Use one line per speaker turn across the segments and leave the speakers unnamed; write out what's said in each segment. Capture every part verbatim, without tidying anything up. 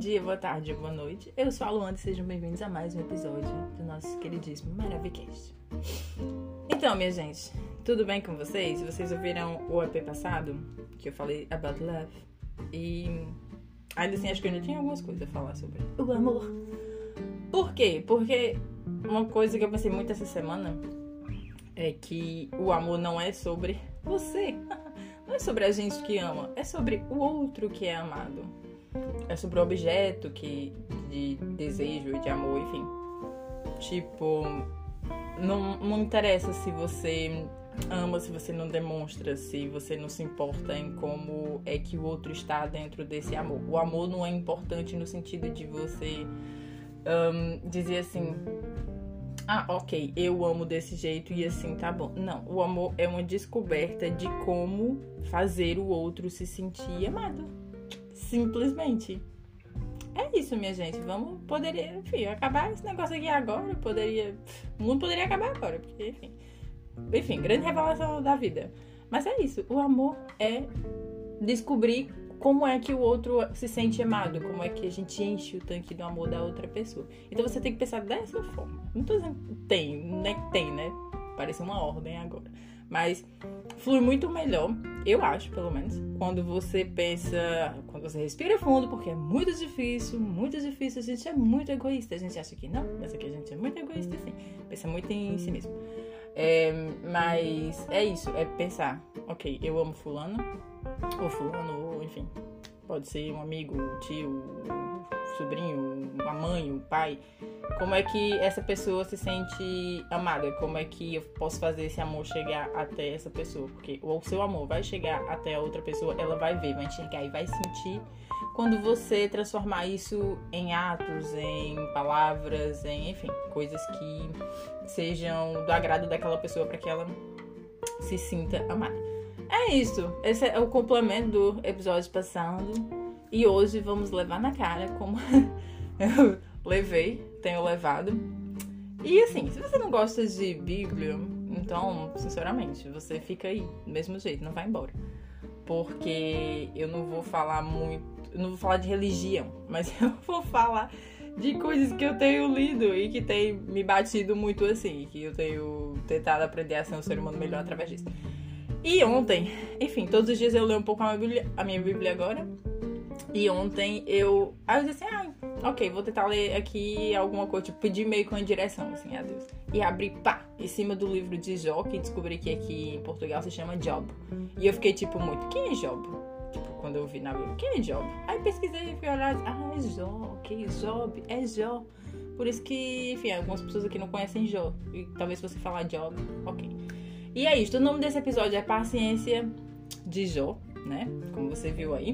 dia, boa tarde, boa noite. Eu sou a Luana e sejam bem-vindos a mais um episódio do nosso queridíssimo Maravicast. Então, minha gente, tudo bem com vocês? Vocês ouviram o E P passado, que eu falei about love? E ainda assim, acho que eu ainda tinha algumas coisas a falar sobre o amor. Por quê? Porque uma coisa que eu pensei muito essa semana é que o amor não é sobre você. Não é sobre a gente que ama, é sobre o outro que é amado. É sobre o objeto que, de desejo, de amor, enfim. Tipo, não, não interessa se você ama, se você não demonstra, se você não se importa em como é que o outro está dentro desse amor. O amor não é importante no sentido de você um, dizer assim... Ah, ok, eu amo desse jeito e assim tá bom. Não, o amor é uma descoberta de como fazer o outro se sentir amado. Simplesmente. É isso, minha gente. Vamos, poderia, enfim, acabar esse negócio aqui agora. Poderia, o mundo poderia acabar agora, porque, enfim. Enfim, grande revelação da vida. Mas é isso, o amor é descobrir como é que o outro se sente amado, como é que a gente enche o tanque do amor da outra pessoa. Então você tem que pensar dessa forma. Não tô dizendo que tem, né? Tem, né? Parece uma ordem agora. Mas flui muito melhor, eu acho, pelo menos, quando você pensa, quando você respira fundo, porque é muito difícil, muito difícil. A gente é muito egoísta. A gente acha que não, mas aqui a gente é muito egoísta, sim. Pensa muito em si mesmo. É, mas é isso, é pensar, ok, eu amo fulano, ou fulano, ou enfim, pode ser um amigo, um tio, um sobrinho, a mãe, o pai. Como é que essa pessoa se sente amada? Como é que eu posso fazer esse amor chegar até essa pessoa? Porque o seu amor vai chegar até a outra pessoa, ela vai ver, vai enxergar e vai sentir quando você transformar isso em atos, em palavras, em, enfim, coisas que sejam do agrado daquela pessoa para que ela se sinta amada. É isso. Esse é o complemento do episódio passado. E hoje vamos levar na cara como eu levei, tenho levado. E assim, se você não gosta de Bíblia, então, sinceramente, você fica aí, do mesmo jeito, não vai embora. Porque eu não vou falar muito, eu não vou falar de religião, mas eu vou falar de coisas que eu tenho lido e que tem me batido muito assim, que eu tenho tentado aprender a ser um ser humano melhor através disso. E ontem, enfim, todos os dias eu leio um pouco a minha Bíblia, a minha Bíblia agora. E ontem eu... Aí eu disse assim, ah, ok, vou tentar ler aqui alguma coisa, tipo, pedir meio com a direção, assim, a Deus. E abri, pá, em cima do livro de Jó, que descobri que aqui em Portugal se chama Job. E eu fiquei, tipo, muito, quem é Job? Tipo, quando eu vi na Bíblia, quem é Job? Aí pesquisei e fui olhar, ah, é Jó, ok, Job, é Jó. Por isso que, enfim, algumas pessoas aqui não conhecem Jó. E talvez se você falar Job, ok. E é isso, o nome desse episódio é Paciência de Jó, né? Como você viu aí.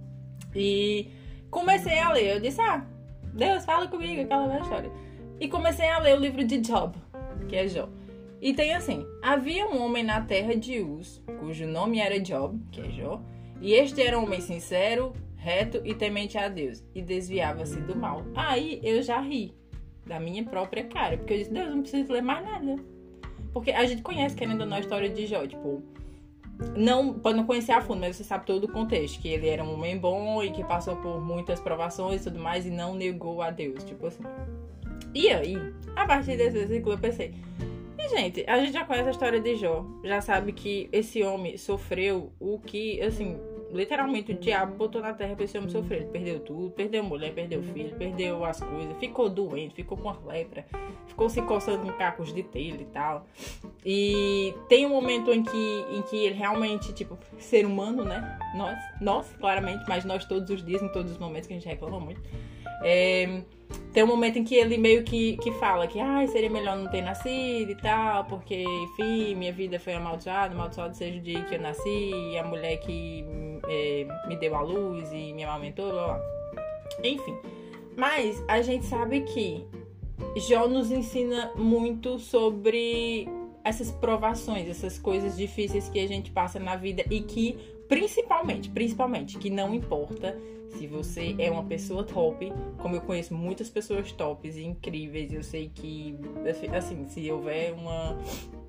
E comecei a ler, eu disse, ah, Deus, fala comigo, aquela velha história. E comecei a ler o livro de Job, que é Jó. E tem assim, havia um homem na terra de Uz, cujo nome era Job, que é Jó, e este era um homem sincero, reto e temente a Deus, e desviava-se do mal. Aí eu já ri da minha própria cara, porque eu disse, Deus, não preciso ler mais nada. Porque a gente conhece, querendo ou não, a história de Jó, tipo... Não, pode não conhecer a fundo, mas você sabe todo o contexto. Que ele era um homem bom e que passou por muitas provações e tudo mais e não negou a Deus, tipo assim. E aí, a partir desse versículo eu pensei, e gente, a gente já conhece a história de Jó. Já sabe que esse homem sofreu o que, assim, literalmente o diabo botou na terra pra esse homem sofrer. Ele perdeu tudo, perdeu mulher, perdeu filho, perdeu as coisas, ficou doente, ficou com a lepra, ficou se coçando com cacos de telha e tal. E tem um momento em que, em que ele realmente, tipo, ser humano, né? Nós, nós, claramente, mas nós todos os dias, em todos os momentos que a gente reclama muito. É, tem um momento em que ele meio que, que fala que ah, seria melhor não ter nascido e tal, porque, enfim, minha vida foi amaldiçoada, amaldiçoado seja o dia que eu nasci, e a mulher que é, me deu a luz e me amamentou, blá, blá. Enfim. Mas a gente sabe que Jó nos ensina muito sobre essas provações, essas coisas difíceis que a gente passa na vida e que, principalmente, principalmente, que não importa se você é uma pessoa top, como eu conheço muitas pessoas tops e incríveis, eu sei que, assim, se houver uma,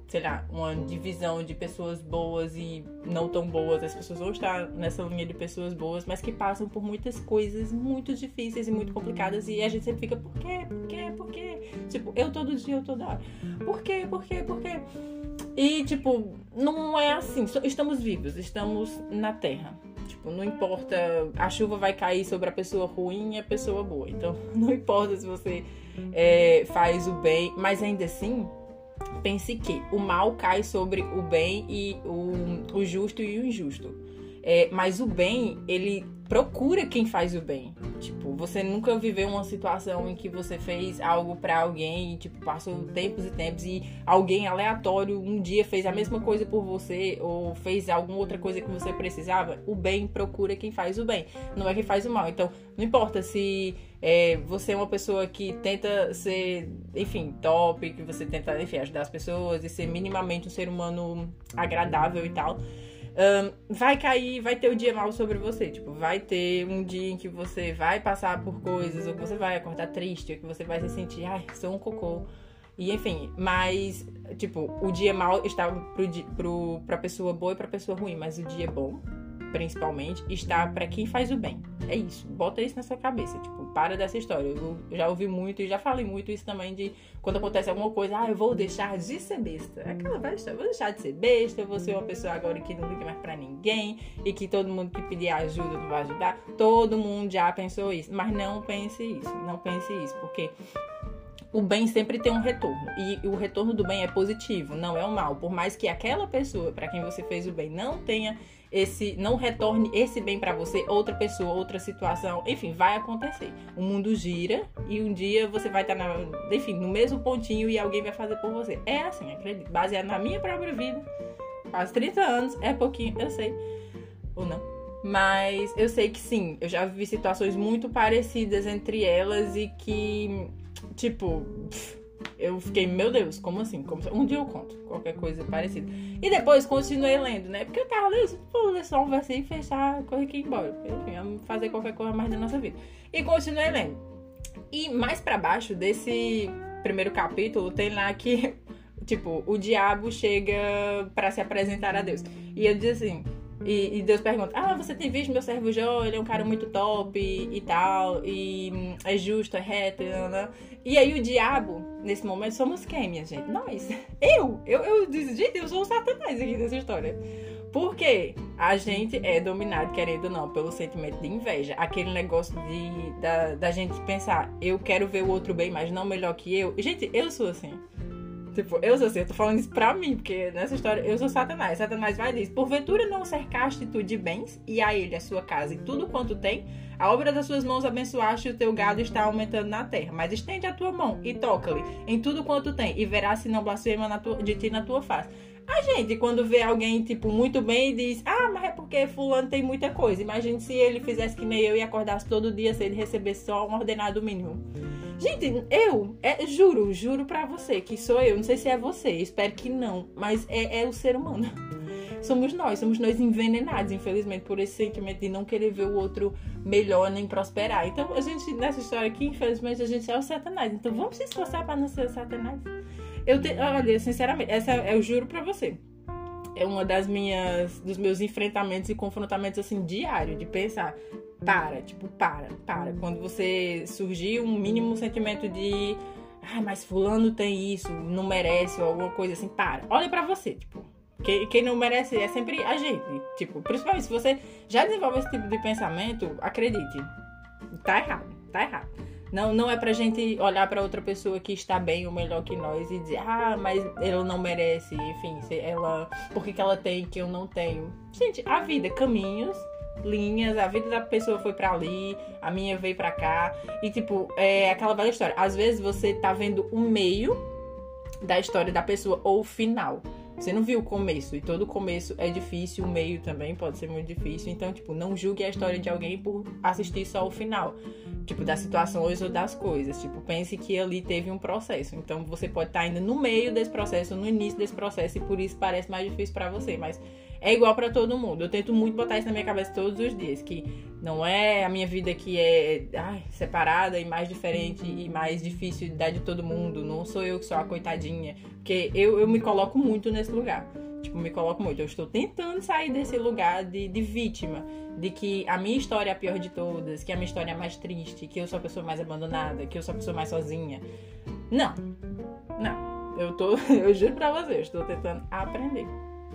sei lá, uma divisão de pessoas boas e não tão boas. As pessoas vão estar nessa linha de pessoas boas, mas que passam por muitas coisas muito difíceis e muito complicadas. E a gente sempre fica, por quê? Por quê? Por quê? Tipo, eu todo dia, eu toda hora. Por quê? Por quê? Por quê? E, tipo, não é assim. Estamos vivos, estamos na Terra. Tipo, não importa, a chuva vai cair sobre a pessoa ruim e a pessoa boa. Então, não importa se você é, faz o bem, mas ainda assim, pense que o mal cai sobre o bem e o, o justo e o injusto. É, mas o bem, ele procura quem faz o bem. Tipo, você nunca viveu uma situação em que você fez algo pra alguém e, tipo, passou tempos e tempos e alguém aleatório um dia fez a mesma coisa por você ou fez alguma outra coisa que você precisava. O bem procura quem faz o bem, não é quem faz o mal. Então, não importa se é, você é uma pessoa que tenta ser, enfim, top, que você tenta, enfim, ajudar as pessoas e ser minimamente um ser humano agradável e tal. Um, vai cair, vai ter o dia mal sobre você, tipo, vai ter um dia em que você vai passar por coisas, ou que você vai acordar triste, ou que você vai se sentir, ai, sou um cocô, e enfim, mas, tipo, o dia mal está pro, pro, pra pessoa boa e pra pessoa ruim, mas o dia bom, principalmente, está pra quem faz o bem, é isso, bota isso na sua cabeça, tipo, para dessa história, eu já ouvi muito e já falei muito isso também de quando acontece alguma coisa, ah, eu vou deixar de ser besta, aquela velha história, eu vou deixar de ser besta, eu vou ser uma pessoa agora que não liga mais pra ninguém e que todo mundo que pedir ajuda não vai ajudar, todo mundo já pensou isso, mas não pense isso, não pense isso, porque o bem sempre tem um retorno, e o retorno do bem é positivo, não é o mal, por mais que aquela pessoa para quem você fez o bem não tenha esse, não retorne esse bem para você, outra pessoa, outra situação, enfim, vai acontecer. O mundo gira e um dia você vai estar, na, enfim, no mesmo pontinho e alguém vai fazer por você. É assim, acredito, baseado na minha própria vida, faz trinta anos, é pouquinho, eu sei, ou não. Mas eu sei que sim, eu já vivi situações muito parecidas entre elas e que, tipo, eu fiquei, meu Deus, como assim? Como... Um dia eu conto qualquer coisa parecida. E depois continuei lendo, né? Porque eu tava lendo, vou ler só um versículo e fechar, correr aqui e ir embora. Enfim, vamos fazer qualquer coisa mais da nossa vida. E continuei lendo. E mais pra baixo desse primeiro capítulo tem lá que, tipo, o diabo chega pra se apresentar a Deus. E ele diz assim... E, e Deus pergunta, ah, você tem visto meu servo Jó? Ele é um cara muito top e, e tal, e hum, é justo, é reto, né? E aí o diabo, nesse momento, somos quem, minha gente? Nós. Eu. Eu, eu disse, gente, eu sou o Satanás aqui dessa história. Porque a gente é dominado, querendo ou não, pelo sentimento de inveja. Aquele negócio de, da, da gente pensar, eu quero ver o outro bem, mas não melhor que eu. Gente, eu sou assim. Tipo, eu sou assim, eu tô falando isso pra mim, porque nessa história eu sou Satanás. Satanás vai dizer, porventura não cercaste tu de bens, e a ele, a sua casa e tudo quanto tem, a obra das suas mãos abençoaste e o teu gado está aumentando na terra. Mas estende a tua mão e toca-lhe em tudo quanto tem, e verás se não blasfema na tua, de ti na tua face. A gente, quando vê alguém, tipo, muito bem, diz, ah, mas é porque fulano tem muita coisa. Imagine se ele fizesse que nem eu e acordasse todo dia, se ele recebesse só um ordenado mínimo. Gente, eu, é, juro, juro pra você que sou eu, não sei se é você, espero que não, mas é, é o ser humano. Somos nós, somos nós envenenados, infelizmente, por esse sentimento de não querer ver o outro melhor nem prosperar. Então, a gente, nessa história aqui, infelizmente, a gente é o Satanás. Então, vamos se esforçar pra não ser o Satanás. Eu te, olha, sinceramente, essa eu juro pra você. É uma das minhas, dos meus enfrentamentos e confrontamentos, assim, diário, de pensar, para, tipo, para, para. Quando você surgir um mínimo sentimento de, ah, mas fulano tem isso, não merece, ou alguma coisa assim, para. Olha pra você, tipo, quem, quem não merece é sempre a gente. Tipo, principalmente se você já desenvolve esse tipo de pensamento, acredite, tá errado, tá errado. Não, não é pra gente olhar pra outra pessoa que está bem ou melhor que nós e dizer, ah, mas ela não merece, enfim, ela, por que que ela tem que eu não tenho? Gente, a vida, caminhos, linhas, a vida da pessoa foi pra ali, a minha veio pra cá, e tipo, é aquela velha história, às vezes você tá vendo o meio da história da pessoa ou o final. Você não viu o começo, e todo começo é difícil, o meio também pode ser muito difícil. Então, tipo, não julgue a história de alguém por assistir só o final. Tipo, das situações ou das coisas. Tipo, pense que ali teve um processo. Então, você pode estar ainda no meio desse processo, no início desse processo, e por isso parece mais difícil pra você. Mas é igual pra todo mundo. Eu tento muito botar isso na minha cabeça todos os dias, que não é a minha vida que é ai, separada e mais diferente e mais difícil da de todo mundo. Não sou eu que sou a coitadinha. Porque eu, eu me coloco muito nesse lugar. Tipo, me coloco muito. Eu estou tentando sair desse lugar de, de vítima. De que a minha história é a pior de todas. Que a minha história é a mais triste. Que eu sou a pessoa mais abandonada. Que eu sou a pessoa mais sozinha. Não. Não. Eu tô... Eu juro pra você. Eu estou tentando aprender.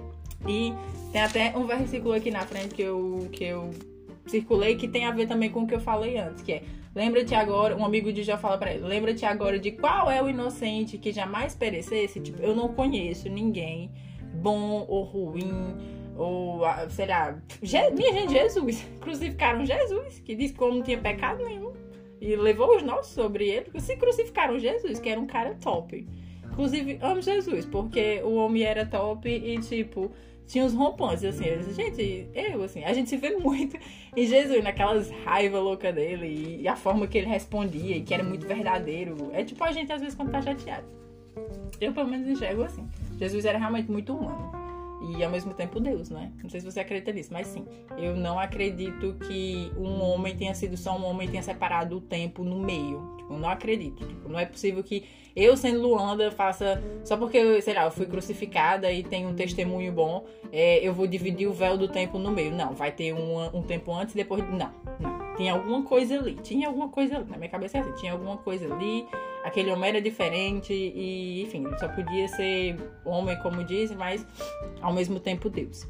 E tem até um versículo aqui na frente que eu... Que eu circulei, que tem a ver também com o que eu falei antes, que é: lembra-te agora, um amigo de Jó fala pra ele, lembra-te agora de qual é o inocente que jamais perecesse. Tipo, eu não conheço ninguém bom ou ruim, ou, sei lá, Je- minha gente, Jesus, crucificaram Jesus, que disse que não tinha pecado nenhum, e levou os nossos sobre ele, porque se crucificaram Jesus, que era um cara top. Inclusive, amo Jesus, porque o homem era top e, tipo, tinha uns rompantes, assim, eu disse, gente, eu, assim, a gente se vê muito em Jesus, naquelas raivas loucas dele, e a forma que ele respondia, e que era muito verdadeiro. É tipo a gente, às vezes, quando tá chateado. Eu, pelo menos, enxergo assim. Jesus era realmente muito humano. E, ao mesmo tempo, Deus, né? Não sei se você acredita nisso, mas sim. Eu não acredito que um homem tenha sido só um homem e tenha separado o tempo no meio. Tipo, eu não acredito. Tipo, não é possível que eu, sendo Luanda, faça... Só porque, sei lá, eu fui crucificada e tenho um testemunho bom, é, eu vou dividir o véu do tempo no meio. Não, vai ter um, um tempo antes e depois... Não, não. Tinha alguma coisa ali. Tinha alguma coisa ali. Na minha cabeça é assim. Tinha alguma coisa ali. Aquele homem era diferente e, enfim, só podia ser homem, como dizem, mas ao mesmo tempo Deus.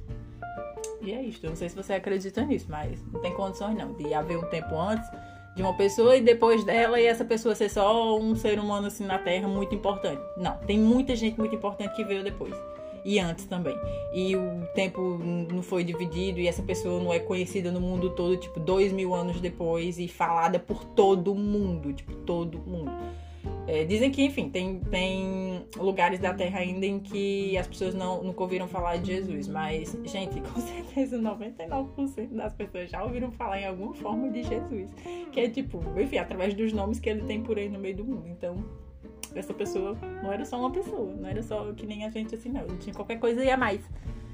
E é isso. Eu não sei se você acredita nisso, mas não tem condições não de haver um tempo antes de uma pessoa e depois dela e essa pessoa ser só um ser humano assim na Terra muito importante. Não, tem muita gente muito importante que veio depois. E antes também. E o tempo não foi dividido e essa pessoa não é conhecida no mundo todo, tipo, dois mil anos depois e falada por todo mundo. Tipo, todo mundo. É, dizem que, enfim, tem, tem lugares da Terra ainda em que as pessoas não, nunca ouviram falar de Jesus. Mas, gente, com certeza noventa e nove por cento das pessoas já ouviram falar em alguma forma de Jesus. Que é, tipo, enfim, através dos nomes que ele tem por aí no meio do mundo. Então, essa pessoa não era só uma pessoa. Não era só que nem a gente assim, não. Ele tinha qualquer coisa e a mais.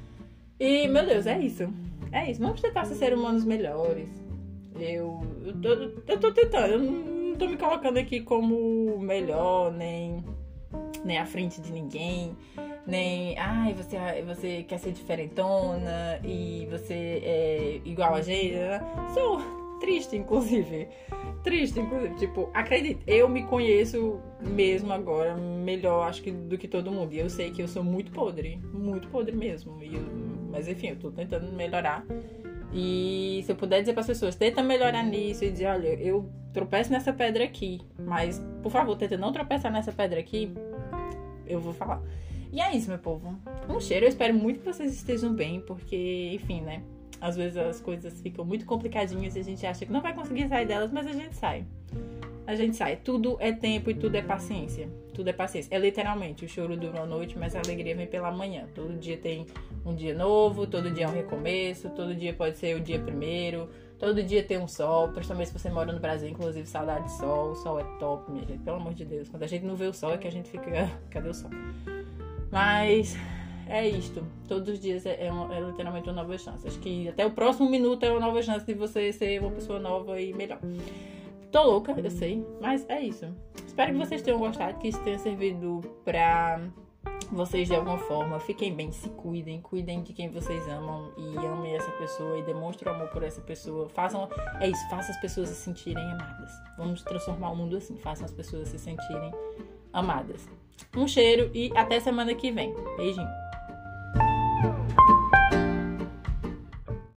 E, meu Deus, é isso. É isso. Vamos tentar ser humanos melhores. Eu, eu, tô, eu tô tentando. Eu não Não tô me colocando aqui como melhor, nem, nem à frente de ninguém, nem, ai, você, você quer ser diferentona e você é igual a gente, né? Sou triste, inclusive. Triste, inclusive. Tipo, acredite, eu me conheço mesmo agora melhor, acho que, do que todo mundo. E eu sei que eu sou muito podre, muito podre mesmo. E eu, mas, enfim, eu tô tentando melhorar. E se eu puder dizer para as pessoas, tenta melhorar nisso e dizer, olha, eu tropeço nessa pedra aqui, mas, por favor, tenta não tropeçar nessa pedra aqui, eu vou falar. E é isso, meu povo. Um cheiro, eu espero muito que vocês estejam bem, porque, enfim, né, às vezes as coisas ficam muito complicadinhas e a gente acha que não vai conseguir sair delas, mas a gente sai. A gente sai. Tudo é tempo e tudo é paciência. Tudo é paciência. É literalmente, o choro dura uma noite, mas a alegria vem pela manhã. Todo dia tem um dia novo, todo dia é um recomeço, todo dia pode ser o dia primeiro, todo dia tem um sol, principalmente se você mora no Brasil, inclusive, saudade de sol. O sol é top, minha gente, pelo amor de Deus. Quando a gente não vê o sol é que a gente fica, cadê o sol? Mas é isto. Todos os dias é, é, uma, é literalmente uma nova chance. Acho que até o próximo minuto é uma nova chance de você ser uma pessoa nova e melhor. Tô louca, eu sei, mas é isso. Espero que vocês tenham gostado, que isso tenha servido pra vocês de alguma forma. Fiquem bem, se cuidem, cuidem de quem vocês amam e amem essa pessoa e demonstrem amor por essa pessoa. Façam, é isso, façam as pessoas se sentirem amadas. Vamos transformar o mundo assim, façam as pessoas se sentirem amadas. Um cheiro e até semana que vem. Beijinho.